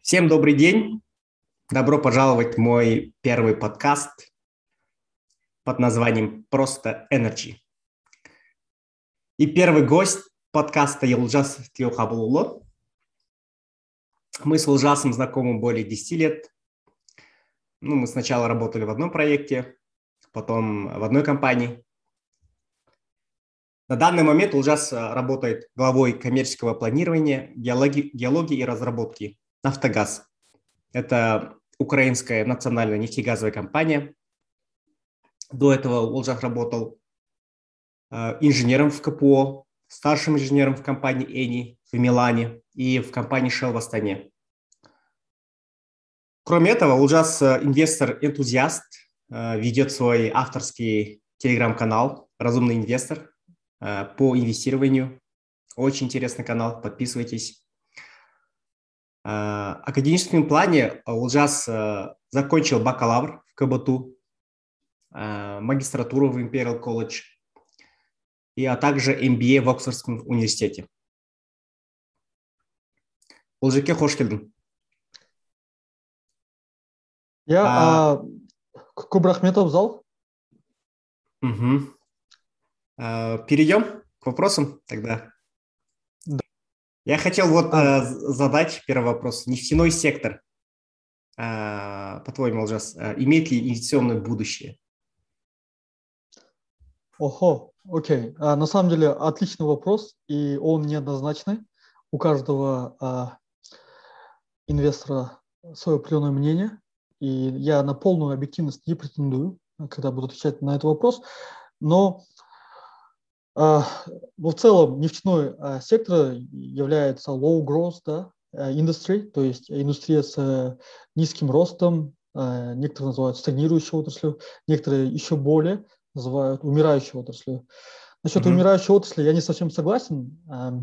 Всем добрый день. Добро пожаловать в мой первый подкаст под названием «Просто Energy». И первый гость подкаста Елжас Тиохабулуло. Мы с Елжасом знакомы более 10 лет. Мы сначала работали в одном проекте, потом в одной компании. На данный момент Елжас работает главой коммерческого планирования, геологии и разработки «Нафтогаз». Это украинская национальная нефтегазовая компания. До этого Елжас работал инженером в КПО, старшим инженером в компании Eni в Милане и в компании Shell в Астане. Кроме этого, Елжас инвестор-энтузиаст, ведет свой авторский телеграм-канал «Разумный инвестор» по инвестированию. Очень интересный канал, подписывайтесь. В академическом плане Елжас закончил бакалавр в КБТУ, магистратуру в Imperial College, а также MBA в Оксфордском университете. Олжеке, хош келдің. Көп рахмет, Абзал. Перейдем к вопросам тогда. Да. Я хотел задать первый вопрос. Нефтяной сектор, по-твоему, Олжас, имеет ли инвестиционное будущее? Окей. На самом деле отличный вопрос, и он неоднозначный. У каждого инвестора свое определенное мнение, и я на полную объективность не претендую, когда буду отвечать на этот вопрос, но в целом нефтяной сектор является low growth industry, то есть индустрия с низким ростом, некоторые называют стагнирующей отраслью, некоторые еще более называют умирающей отраслью. Насчет умирающей отрасли я не совсем согласен,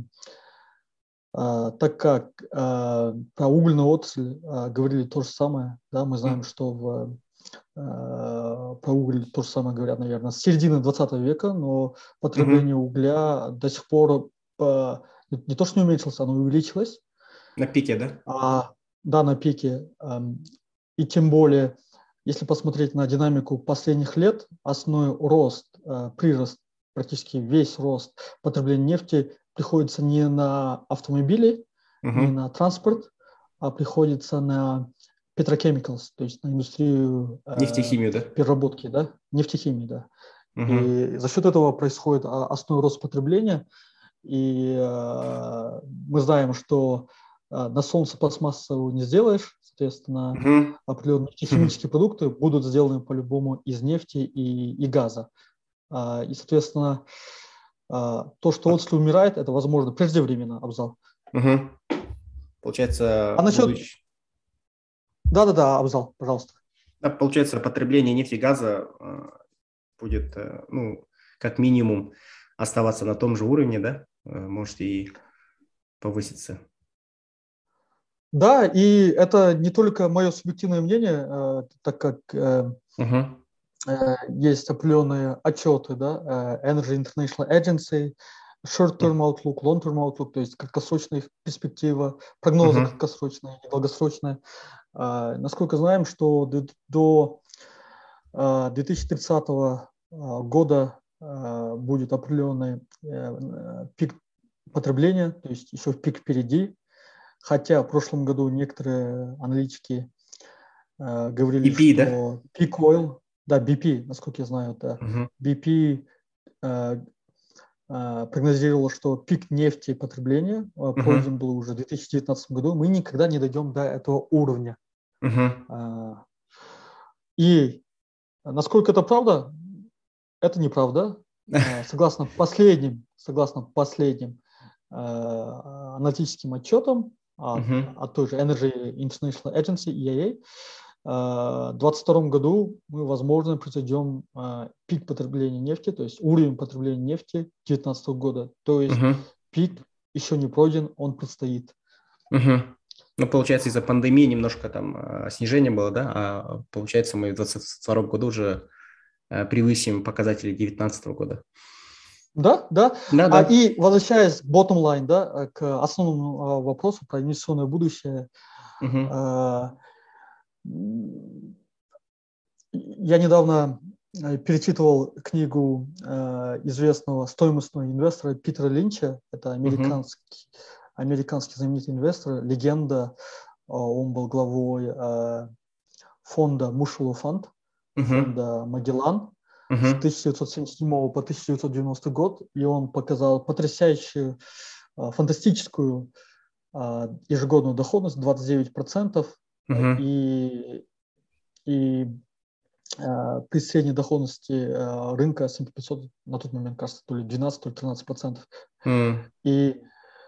так как про угольную отрасль говорили то же самое. Да? Мы знаем, что про уголь то же самое говорят, наверное, с середины 20 века, но потребление угля до сих пор не то, что не уменьшилось, оно увеличилось. На пике, да? Да, на пике. И тем более, если посмотреть на динамику последних лет, основной рост, прирост, практически весь рост потребления нефти приходится не на автомобили, не на транспорт, а приходится на petrochemicals, то есть на индустрию нефтехимию, да? переработки, да? Нефтехимии, да. И за счет этого происходит основной рост потребления. И мы знаем, что на солнце пластмассу не сделаешь, соответственно, определенные нефтехимические продукты будут сделаны по-любому из нефти и газа. И, соответственно, то, что отрасль умирает, это, возможно, преждевременно, Абзал. Получается... Да, Абзал, пожалуйста. Получается, потребление нефти и газа будет, как минимум, оставаться на том же уровне, да? Может и повыситься. Да, и это не только мое субъективное мнение, так как есть определенные отчеты, да, Energy International Agency, short-term outlook, long-term outlook, то есть краткосрочная перспектива, прогнозы краткосрочные и долгосрочные. Насколько знаем, что до 2030 года будет определенный пик потребления, то есть еще пик впереди. Хотя в прошлом году некоторые аналитики говорили, BP, что peak oil, да, BP, насколько я знаю, да, BP прогнозировал, что пик нефти потребления пройден был уже в 2019 году. Мы никогда не дойдем до этого уровня. И насколько это правда? Это неправда. Согласно последним аналитическим отчетам от той же Energy International Agency, EIA, в 2022 году мы, возможно, произойдем пик потребления нефти, то есть уровень потребления нефти 2019 года. То есть пик еще не пройден, он предстоит. Получается, из-за пандемии немножко там снижение было, да? А получается, мы в 2022 году уже превысим показатели 2019 года. Да. И возвращаясь к bottom line, да, к основному вопросу про инвестиционное будущее, Я недавно перечитывал книгу известного стоимостного инвестора Питера Линча. Это американский знаменитый инвестор, легенда. Он был главой фонда Mutual Fund, фонда Магеллан с 1977 по 1990 год. И он показал потрясающую, фантастическую ежегодную доходность 29%. И при средней доходности рынка S&P 500 на тот момент, кажется, то ли 12, то ли 13%. И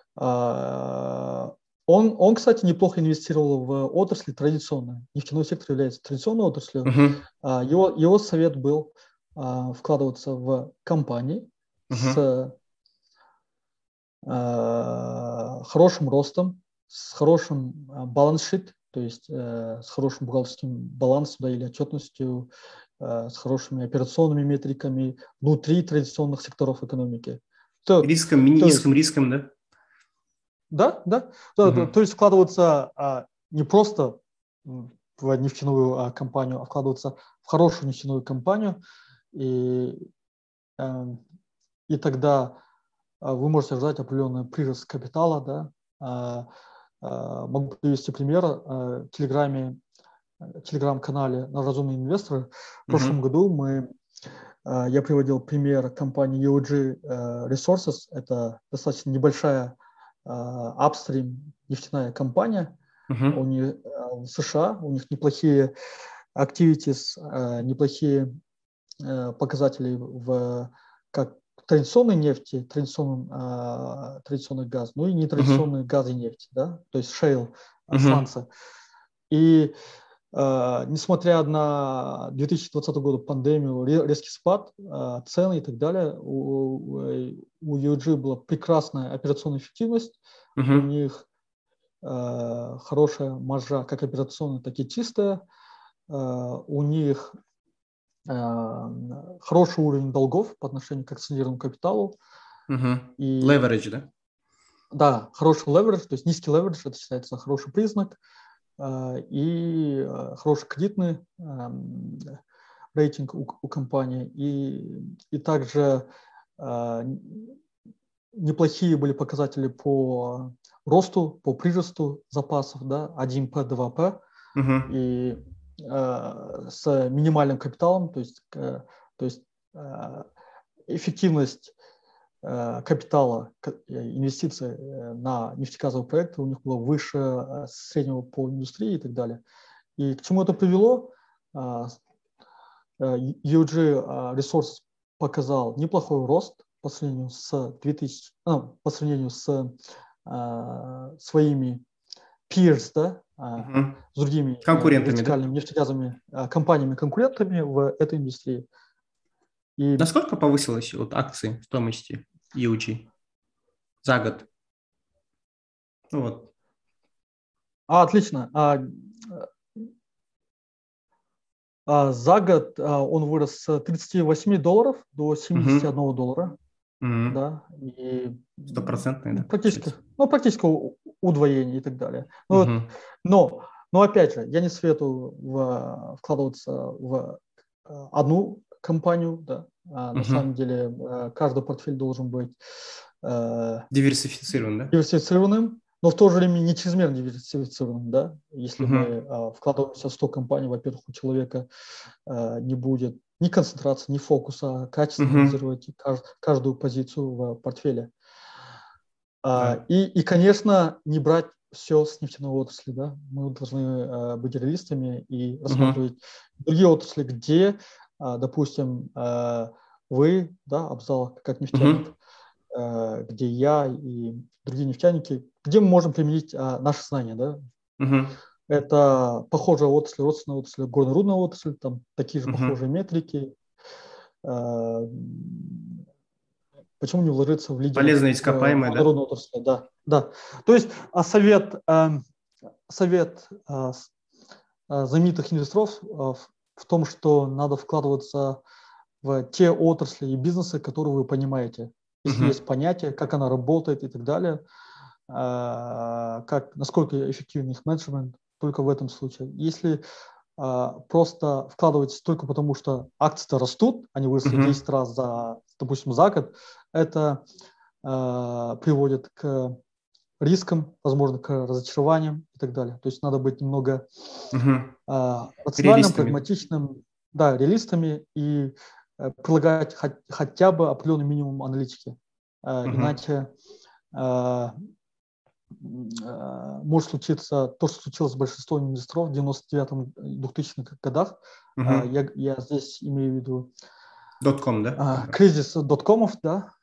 он, кстати, неплохо инвестировал в отрасли традиционные. Нефтяной сектор является традиционной отраслью. Его совет был вкладываться в компании с хорошим ростом, с хорошим баланс-шит, то есть с хорошим бухгалтерским балансом, да, или отчетностью, с хорошими операционными метриками внутри традиционных секторов экономики. Низким риском, да? Да. То есть вкладываться не просто в нефтяную компанию, а вкладываться в хорошую нефтяную компанию, и тогда вы можете ожидать определенный прирост капитала, да. Могу привести пример. В телеграм-канале «Разумные инвесторы» в прошлом году я приводил пример компании EOG Resources. Это достаточно небольшая upstream нефтяная компания. У них в США, у них неплохие activities, неплохие показатели как традиционной нефти, традиционный газ, ну и нетрадиционные газ и нефть, да, то есть шейл, сланцы. И несмотря на 2020 год пандемию, резкий спад, цены и так далее, у EOG была прекрасная операционная эффективность, у них хорошая маржа, как операционная, так и чистая, у них хороший уровень долгов по отношению к акционерному капиталу. Leverage, да? Да, хороший leverage, то есть низкий leverage, это считается хороший признак. И хороший кредитный рейтинг у компании. И также неплохие были показатели по росту, по приросту запасов, да, 1П, 2П. И с минимальным капиталом, то есть эффективность капитала инвестиций на нефтегазовые проекты у них была выше среднего по индустрии и так далее. И к чему это привело? EOG Resources показал неплохой рост по сравнению с своими peers, да, с другими вертикальными нефтегазовыми компаниями-конкурентами в этой индустрии. И... Насколько повысилась акции стоимости EOG за год? Отлично. За год он вырос с $38 до $71. Да, и 100%, да? Практически удвоение и так далее. Но опять же, я не советую вкладываться в одну компанию, да. На самом деле каждый портфель должен быть диверсифицированным, но в то же время не чрезмерно диверсифицированным, да. Если мы вкладываемся в 100 компаний, во-первых, у человека не будет ни концентрации, ни фокуса, качественно анализировать каждую позицию в портфеле. И, конечно, не брать все с нефтяной отрасли, да. Мы должны быть реалистами и рассматривать другие отрасли, где, допустим, вы, да, Абзал, как нефтяник, где я и другие нефтяники, где мы можем применить наши знания, да. Это похожая отрасль, родственная отрасль, горно-рудная отрасль, там такие же похожие метрики. Почему не вложиться в лидеров? Полезные ископаемые, да? Отрасли, да. То есть совет знаменитых инвесторов в том, что надо вкладываться в те отрасли и бизнесы, которые вы понимаете. Если есть понятие, как она работает и так далее, как насколько эффективен их менеджмент, только в этом случае. Если просто вкладываетесь только потому, что акции-то растут, они выросли 10 раз, допустим, за год, это приводит к рискам, возможно, к разочарованиям и так далее. То есть надо быть немного рациональным, прагматичным, да, реалистами и прилагать хотя бы определенный минимум аналитики. Иначе может случиться то, что случилось с большинством инвесторов в 99-2000-х годах. Я здесь имею в виду .com, да? Кризис доткомов, да,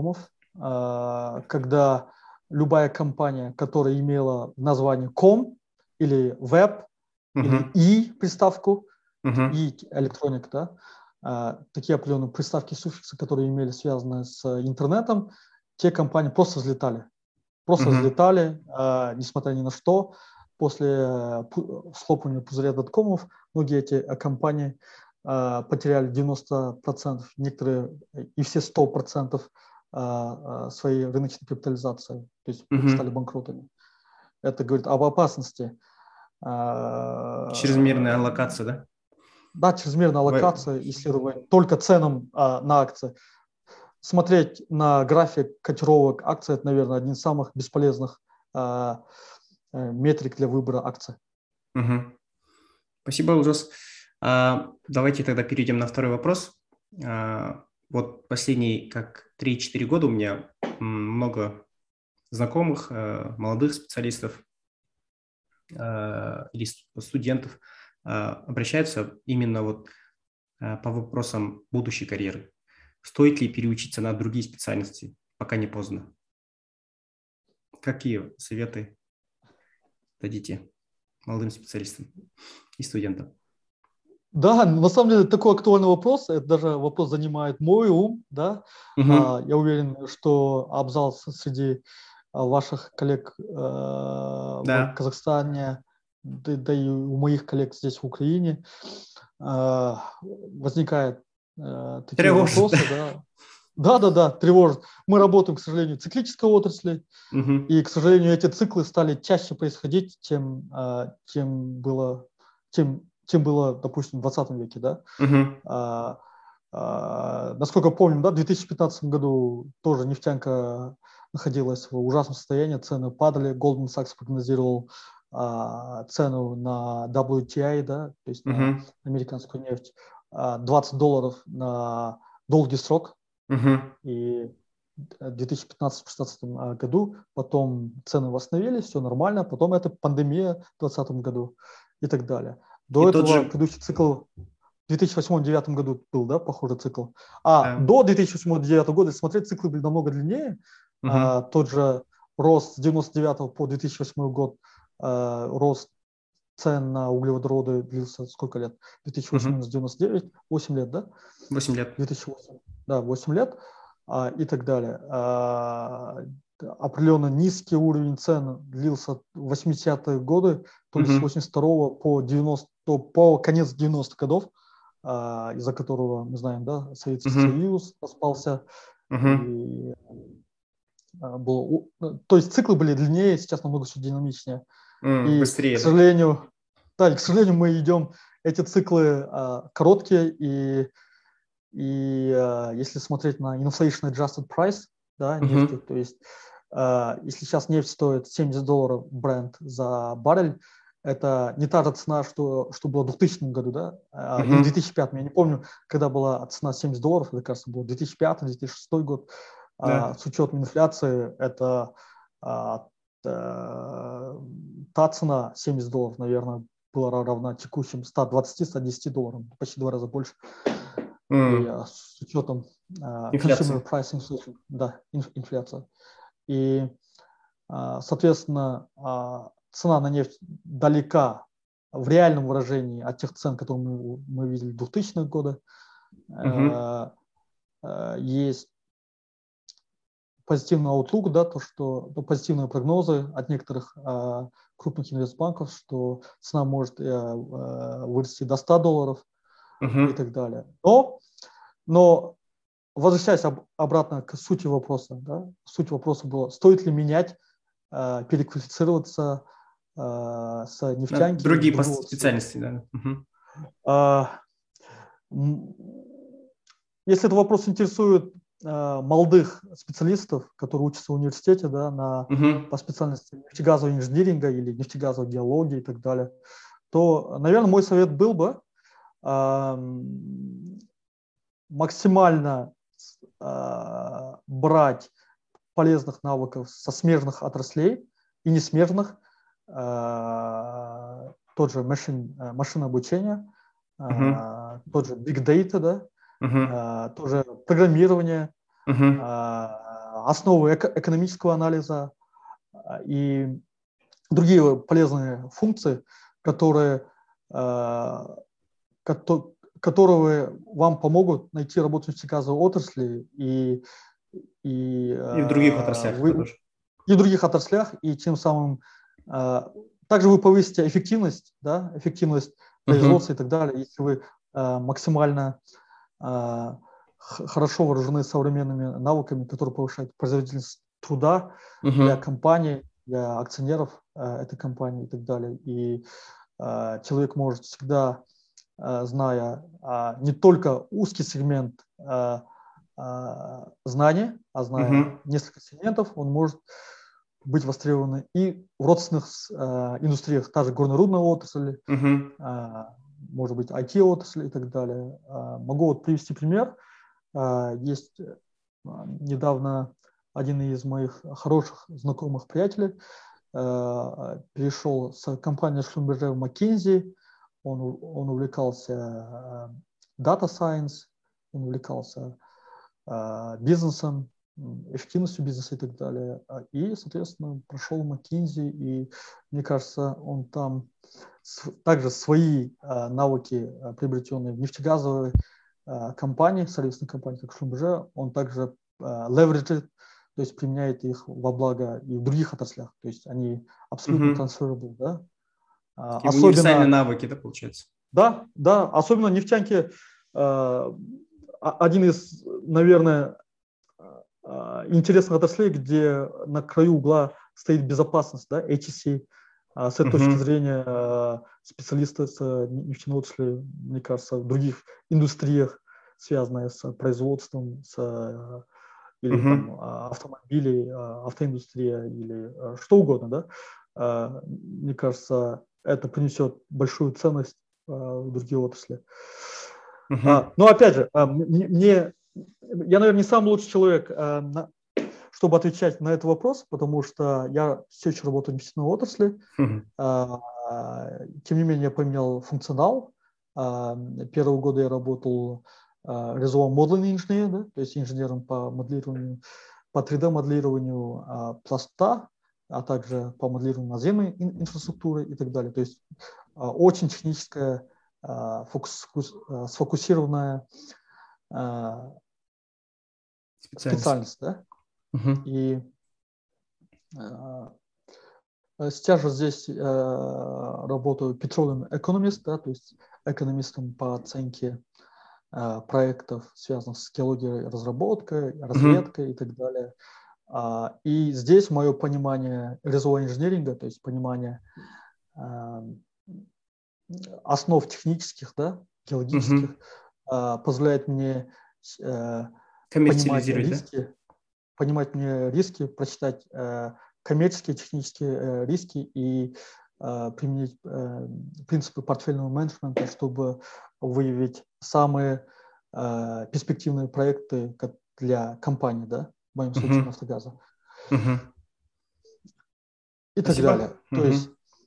когда любая компания, которая имела название com или web, или и приставку, и электроник, да, такие определенные приставки, суффиксы, которые имели связаны с интернетом, те компании просто взлетали. Несмотря ни на что. После схлопывания пузыря доткомов многие эти компании потеряли 90%, некоторые и все 100% своей рыночной капитализации, то есть стали банкротами. Это говорит об опасности. Чрезмерная аллокация, да? Да, чрезмерная аллокация, исследовать только ценам на акции. Смотреть на график котировок акций – это, наверное, один из самых бесполезных метрик для выбора акций. Спасибо, Ужас. Давайте тогда перейдем на второй вопрос. Вот последние 3-4 года у меня много знакомых, молодых специалистов или студентов обращаются именно вот по вопросам будущей карьеры. Стоит ли переучиться на другие специальности, пока не поздно? Какие советы дадите молодым специалистам и студентам? Да, на самом деле такой актуальный вопрос. Это даже вопрос занимает мой ум. Да? Я уверен, что Абзал среди ваших коллег в Казахстане, да и у моих коллег здесь в Украине возникают такие вопросы. Да, тревожит. Мы работаем, к сожалению, в циклической отрасли, и, к сожалению, эти циклы стали чаще происходить, чем было, допустим, в 20 веке. Да? Насколько помним, да, в 2015 году тоже нефтянка находилась в ужасном состоянии, цены падали, Goldman Sachs прогнозировал цену на WTI, да, то есть на американскую нефть, $20 на долгий срок. И в 2015-2016 году потом цены восстановились, все нормально, потом это пандемия в 2020 году и так далее. До этого предыдущий цикл в 2008-2009 году был, да, похожий цикл. До 2008-2009 года, если смотреть, циклы были намного длиннее. Тот же рост с 1999 по 2008 год, рост цен на углеводороды длился сколько лет? 2008-99, 8 лет, да? 8 лет. 2008, да, 8 лет и так далее. Определенно низкий уровень цен длился в 80-е годы, то есть с 82 по конец 90-х годов, из-за которого, мы знаем, да, Советский Союз распался. И, то есть циклы были длиннее, сейчас намного все динамичнее. И, быстрее. К сожалению, мы идем, эти циклы короткие, и если смотреть на inflation adjusted price, да, нефти, то есть если сейчас нефть стоит $70 Brent за баррель, это не та же цена, что была в 2000 году, да, или в 2005, я не помню, когда была цена $70, это, кажется, был 2005-2006 год, с учетом инфляции, это та цена $70, наверное, была равна текущим $120-110, почти 2 раза больше. И с учетом consumer price inflation, да, инфляция. И, соответственно, цена на нефть далека в реальном выражении от тех цен, которые мы видели в 2000-х годах. Есть позитивный outlook, да, позитивные прогнозы от некоторых крупных инвестбанков, что цена может вырасти до $100 и так далее. Но возвращаясь обратно к сути вопроса, да, суть вопроса была, стоит ли менять переквалифицироваться с нефтянки. Другие специальности, да. Если этот вопрос интересует молодых специалистов, которые учатся в университете, да, по специальности нефтегазового инжиниринга или нефтегазовой геологии и так далее, то, наверное, мой совет был бы максимально брать полезных навыков со смежных отраслей и несмежных, тот же машинное обучение, тот же big data, да, тоже программирование, основы экономического анализа и другие полезные функции, которые вам помогут найти работу в нефтегазовой отрасли и в других отраслях тоже. И в других отраслях, и тем самым также вы повысите эффективность, да, эффективность производства и так далее, если вы максимально хорошо вооружены современными навыками, которые повышают производительность труда для компаний, для акционеров этой компании и так далее. И человек может всегда, зная не только узкий сегмент знаний, а зная несколько сегментов, он может быть востребован и в родственных индустриях, та же горно-рудная отрасль, может быть, IT-отрасль и так далее. Могу вот привести пример. Есть недавно один из моих хороших знакомых приятелей перешел с компании Schlumberger в McKinsey. Он увлекался Data Science, он увлекался бизнесом, эффективностью бизнеса и так далее. И, соответственно, прошел McKinsey, и, мне кажется, он там также свои навыки, приобретенные в нефтегазовой компании, сервисной компании, как Schlumberger, он также левериджит, то есть применяет их во благо и в других отраслях. То есть они абсолютно transferable, да. Универсальные навыки, да, получается? Да, да, особенно нефтянки. Один из, наверное, интересных отраслей, где на краю угла стоит безопасность, да, HSE. С этой точки зрения специалисты с нефтяной отрасли, мне кажется, в других индустриях, связанных с производством, или там, автомобилей, автоиндустрия или что угодно, да, мне кажется, это принесет большую ценность в другие отрасли. Но опять же, я, наверное, не самый лучший человек, чтобы отвечать на этот вопрос, потому что я все еще работаю в нефтяной отрасли. Тем не менее, я поменял функционал. Первые годы я работал резервуарным моделинг инженером, да, то есть инженером по моделированию, по 3D-моделированию пласта, а также по моделированию наземной инфраструктуры и так далее. То есть очень техническая, сфокусированная специальность, да? И сейчас же здесь работаю petroleum economist, да, то есть экономистом по оценке проектов, связанных с геологией, разработкой, разведкой и так далее. И здесь мое понимание резервуарного инжиниринга, то есть понимание основ технических, да, геологических, позволяет мне понимать мне риски, прочитать коммерческие, технические риски и применить принципы портфельного менеджмента, чтобы выявить самые перспективные проекты для компании, да, в моем случае «Нафтогаза». И так далее. То есть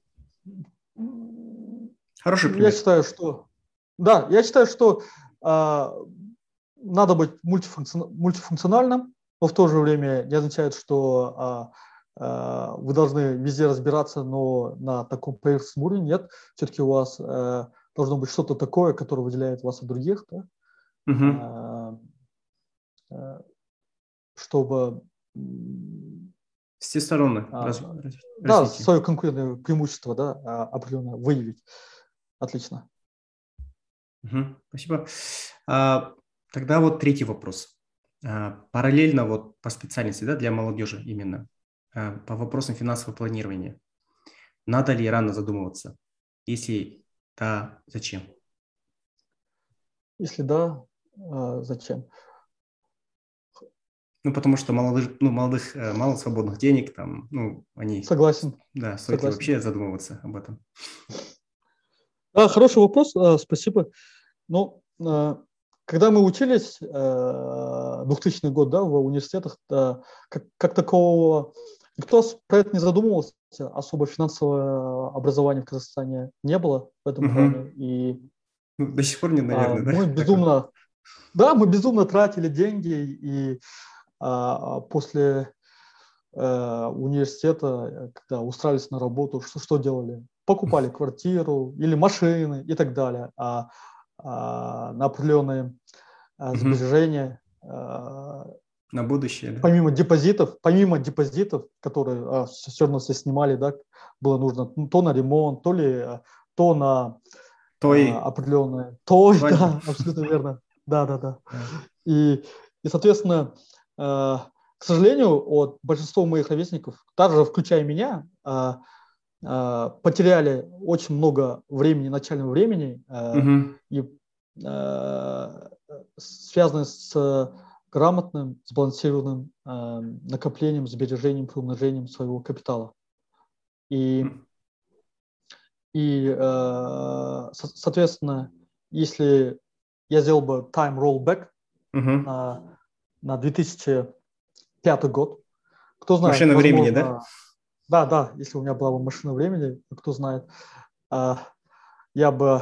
хороший пример. Я считаю, что надо быть мультифункциональным, но в то же время не означает, что вы должны везде разбираться, но на таком поверхностном уровне нет. Все-таки у вас должно быть что-то такое, которое выделяет вас от других, да? Чтобы всесторонне да, свое конкурентное преимущество, да, определенно выявить. Отлично. Спасибо. Тогда вот третий вопрос. Параллельно вот по специальности, да, для молодежи именно. по вопросам финансового планирования. Надо ли рано задумываться? Если да, зачем? Если да, зачем? Ну, потому что мало свободных денег, там, они... Согласен. Да, стоит ли Согласен. вообще задумываться об этом? Хороший вопрос, спасибо. Ну, когда мы учились, 2000 год, да, в университетах, как такового, никто про это не задумывался, особо финансового образования в Казахстане не было в этом плане. И До сих пор нет, наверное, мы безумно тратили деньги, и после университета, когда устраивались на работу, что делали? Покупали квартиру или машины и так далее. На определенные сбережения. На будущее, да? Помимо депозитов, которые все равно все снимали, да, было нужно то на ремонт, то на определенные... Да, абсолютно верно. Да. И соответственно, к сожалению, большинство моих ровесников, также включая меня, потеряли очень много времени, начального времени, и связаны с грамотным, сбалансированным накоплением, сбережением, приумножением своего капитала. И соответственно, если я сделал бы time rollback на 2005 год, кто знает, машина возможно, времени, да? Да, если у меня была бы машина времени, кто знает, я бы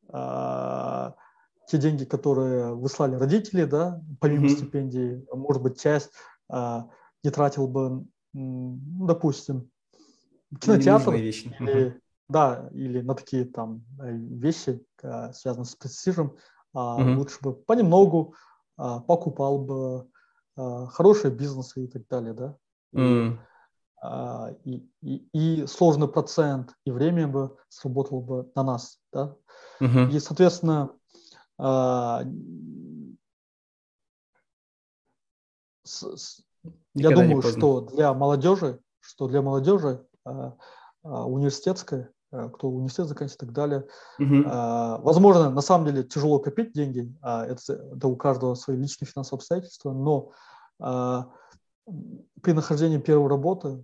те деньги, которые выслали родители, да, помимо стипендий, может быть, часть не тратил бы, допустим, кинотеатр вещи. или на такие там вещи, связанные с престижем, лучше бы понемногу покупал бы хорошие бизнесы и так далее, да. И сложный процент и время бы сработало бы на нас, да. И, соответственно, я думаю, что для молодежи университетской, кто университет заканчивает и так далее, возможно, на самом деле тяжело копить деньги, это у каждого свои личные финансовые обстоятельства, но при нахождении первой работы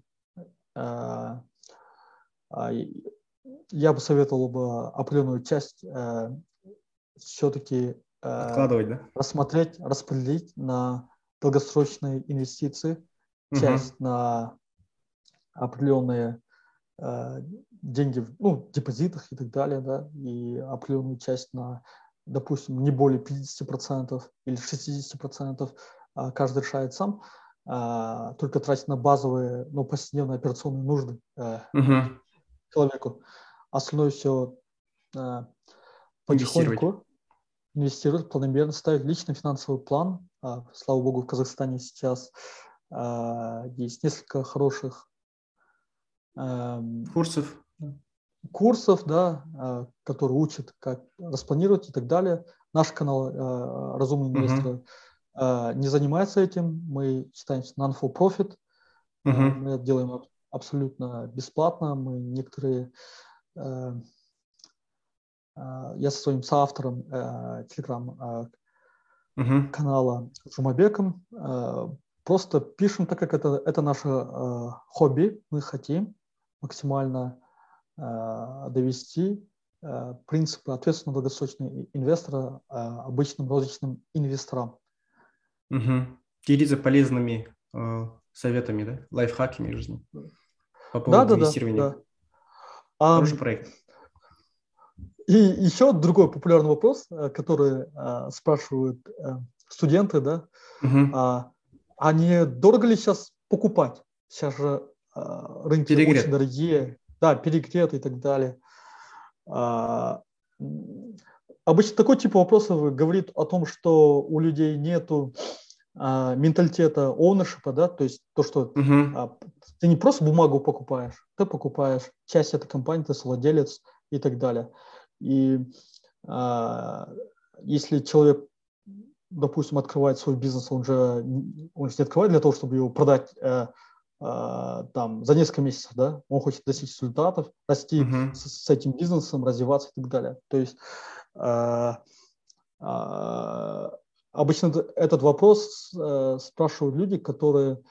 я бы советовал бы определенную часть все-таки откладывать, да? распределить на долгосрочные инвестиции, часть на определенные деньги в депозитах и так далее, да, и определенную часть на, допустим, не более 50% или 60%, каждый решает сам, только тратить на базовые, повседневные операционные нужды человеку. Остальное все потихоньку инвестировать, планомерно ставить личный финансовый план. Слава богу, в Казахстане сейчас есть несколько хороших курсов, да, которые учат, как распланировать и так далее. Наш канал «Разумные инвесторы» не занимается этим. Мы считаемся non-for-profit. Мы это делаем абсолютно бесплатно. Мы некоторые... Я со своим соавтором телеграм-канала Жумабеком просто пишем, так как это наше хобби. Мы хотим максимально довести принципы ответственного долгосрочного инвестора обычным розничным инвесторам. Делиться полезными советами, да? Лайфхаками жизни по поводу инвестирования. Да. Хороший проект. И еще другой популярный вопрос, который спрашивают студенты, да, а не дорого ли сейчас покупать? Сейчас же рынки очень дорогие, да, перегреты и так далее. Обычно такой тип вопросов говорит о том, что у людей нету менталитета ownership, да, то есть то, что ты не просто бумагу покупаешь, ты покупаешь часть этой компании, ты совладелец и так далее. И если человек, допустим, открывает свой бизнес, он же не открывает для того, чтобы его продать там за несколько месяцев, да, он хочет достичь результатов, расти с этим бизнесом, развиваться и так далее. То есть обычно этот вопрос спрашивают люди, которые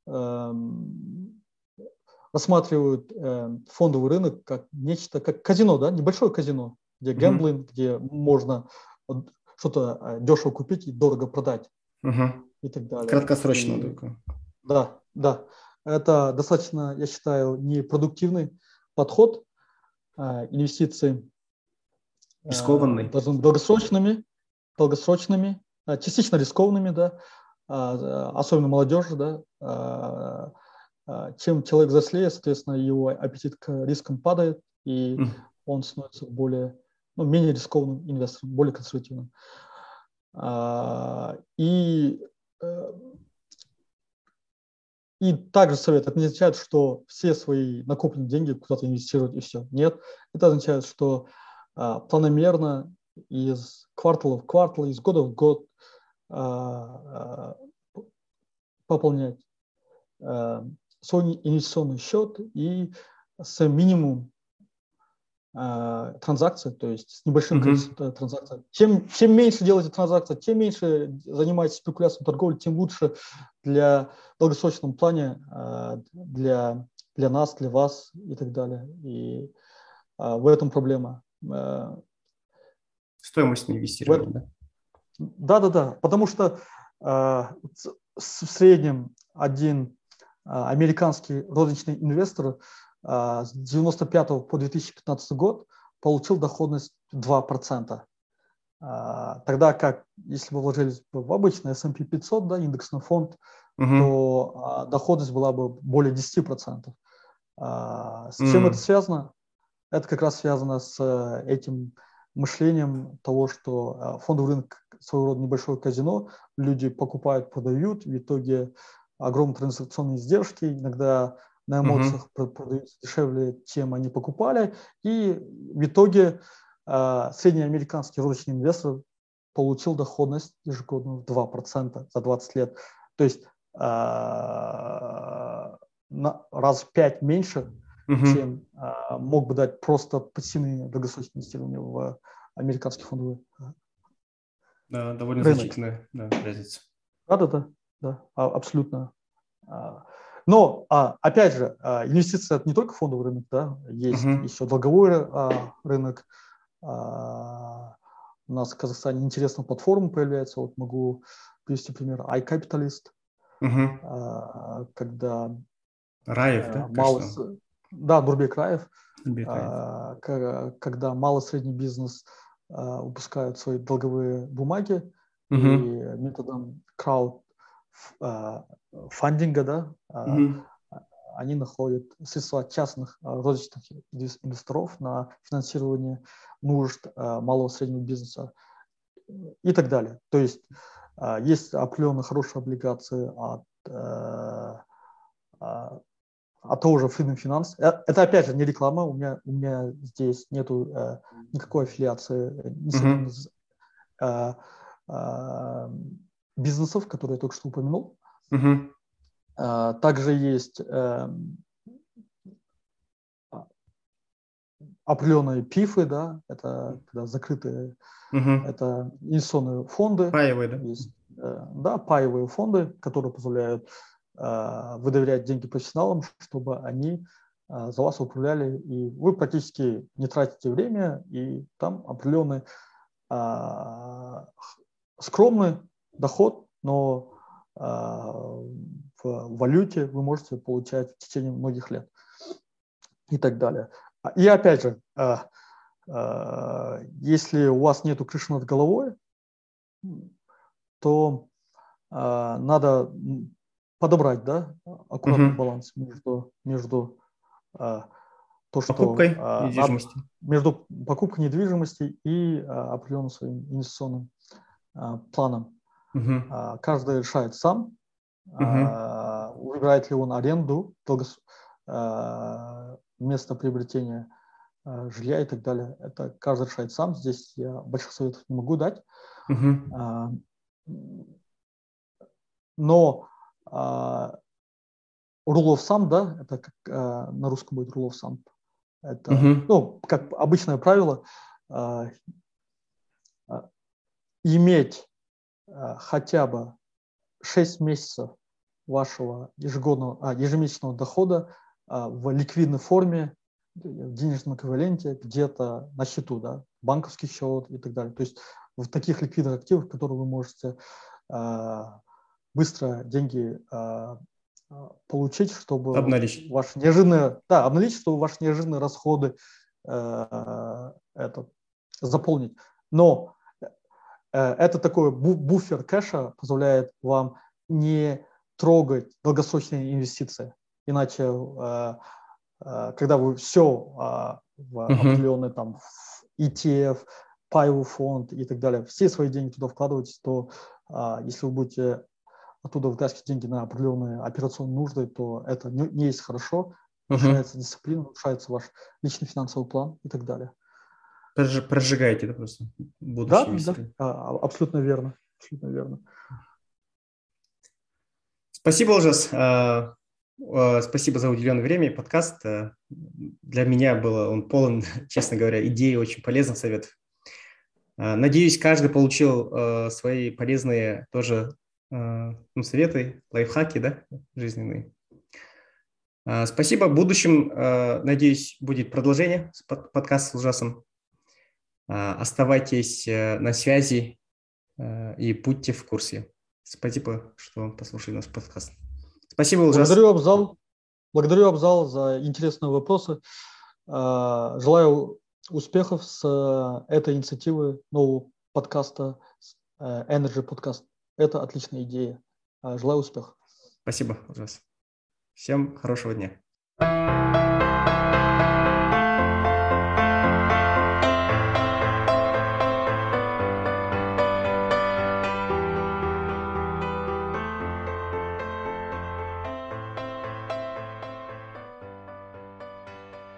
рассматривают фондовый рынок как нечто, как казино, да, небольшое казино, где гэмблинг, где можно что-то дешево купить и дорого продать и так далее. Краткосрочно только. Да, да. Это достаточно, я считаю, непродуктивный подход. Инвестиции Рискованный. должны быть долгосрочными, частично рискованными, да, особенно молодежи, да. Чем человек взрослее, соответственно, его аппетит к рискам падает, и он становится менее рискованным инвестором, более консервативным. И также совет, это не означает, что все свои накопленные деньги куда-то инвестировать и все. Нет, это означает, что планомерно из квартала в квартал, из года в год пополнять свой инвестиционный счет и с минимумом транзакций, то есть с небольшим количеством транзакций. Чем меньше делаете транзакций, тем меньше занимаетесь спекуляцией, торговлей, тем лучше для долгосрочном плане для нас, для вас и так далее. И в этом проблема. Стоимость инвестирования, да? Да. Потому что в среднем один американский розничный инвестор с 1995 по 2015 год получил доходность 2%. Тогда как, если бы вложились в обычный S&P 500, да, индексный фонд, то доходность была бы более 10%. С чем это связано? Это как раз связано с этим мышлением того, что фондовый рынок своего рода небольшое казино, люди покупают, продают, в итоге огромные транзакционные издержки, иногда на эмоциях продаются дешевле, чем они покупали, и в итоге среднеамериканский розничный инвестор получил доходность ежегодную в 2% за 20 лет. То есть раз в 5 меньше, чем мог бы дать просто пассивное долгосрочное инвестирование в американский фондовый да, довольно рынок. значительная разница. Да, абсолютно. Но, опять же, инвестиции – это не только фондовый рынок, да, есть еще долговой рынок. У нас в Казахстане интересная платформа появляется, вот могу привести пример iCapitalist, когда Раев, да? Да, Дурбек Раев, когда малый и средний бизнес выпускают свои долговые бумаги и методом краудфандинга, да, они находят средства частных розничных инвесторов на финансирование нужд малого и среднего бизнеса и так далее. То есть есть определенно хорошие облигации от того же Freedom Finance. Это, опять же, не реклама, у меня здесь нету никакой аффилиации ни с одним из бизнесов, которые я только что упомянул. Также есть определенные ПИФы, да, это когда закрытые, это инвестиционные фонды. Паевые, да? Есть, да, паевые фонды, которые позволяют выдавать деньги профессионалам, чтобы они за вас управляли, и вы практически не тратите время, и там определенный скромный доход, но в валюте вы можете получать в течение многих лет и так далее. И опять же, если у вас нет крыши над головой, то надо подобрать, да, аккуратный баланс между покупкой недвижимости. Между покупкой недвижимости и определенным своим инвестиционным планом. Каждый решает сам, выбирает ли он аренду, место приобретения жилья и так далее. Это каждый решает сам. Здесь я больших советов не могу дать. Но rule of thumb, да, это как на русском будет rule of thumb. Это, как обычное правило, иметь хотя бы 6 месяцев вашего ежемесячного дохода в ликвидной форме, в денежном эквиваленте, где-то на счету, да, банковский счет и так далее. То есть в таких ликвидных активах, в которые вы можете быстро деньги получить, чтобы обналичить. ваши неожиданные расходы заполнить. Но это такой буфер кэша позволяет вам не трогать долгосрочные инвестиции. Иначе, когда вы все в определенный там ETF, паевый фонд и так далее, все свои деньги туда вкладываете, то если вы будете оттуда вытаскивать деньги на определенные операционные нужды, то это не есть хорошо, нарушается дисциплина, нарушается ваш личный финансовый план и так далее. Прожигаете, да, просто будущее инвестирование. Да, абсолютно верно. Абсолютно верно. Спасибо, Ужас. Спасибо за уделенное время и подкаст. Для меня он полон, честно говоря, идей, очень полезных советов. Надеюсь, каждый получил свои полезные тоже советы, лайфхаки, да, жизненные. Спасибо. В будущем, надеюсь, будет продолжение подкаста с Ужасом. Оставайтесь на связи и будьте в курсе. Спасибо, что послушали наш подкаст. Спасибо, Ужас. Благодарю, Абзал, за интересные вопросы. Желаю успехов с этой инициативой нового подкаста, Energy подкаст. Это отличная идея. Желаю успехов. Спасибо, Ужас. Всем хорошего дня.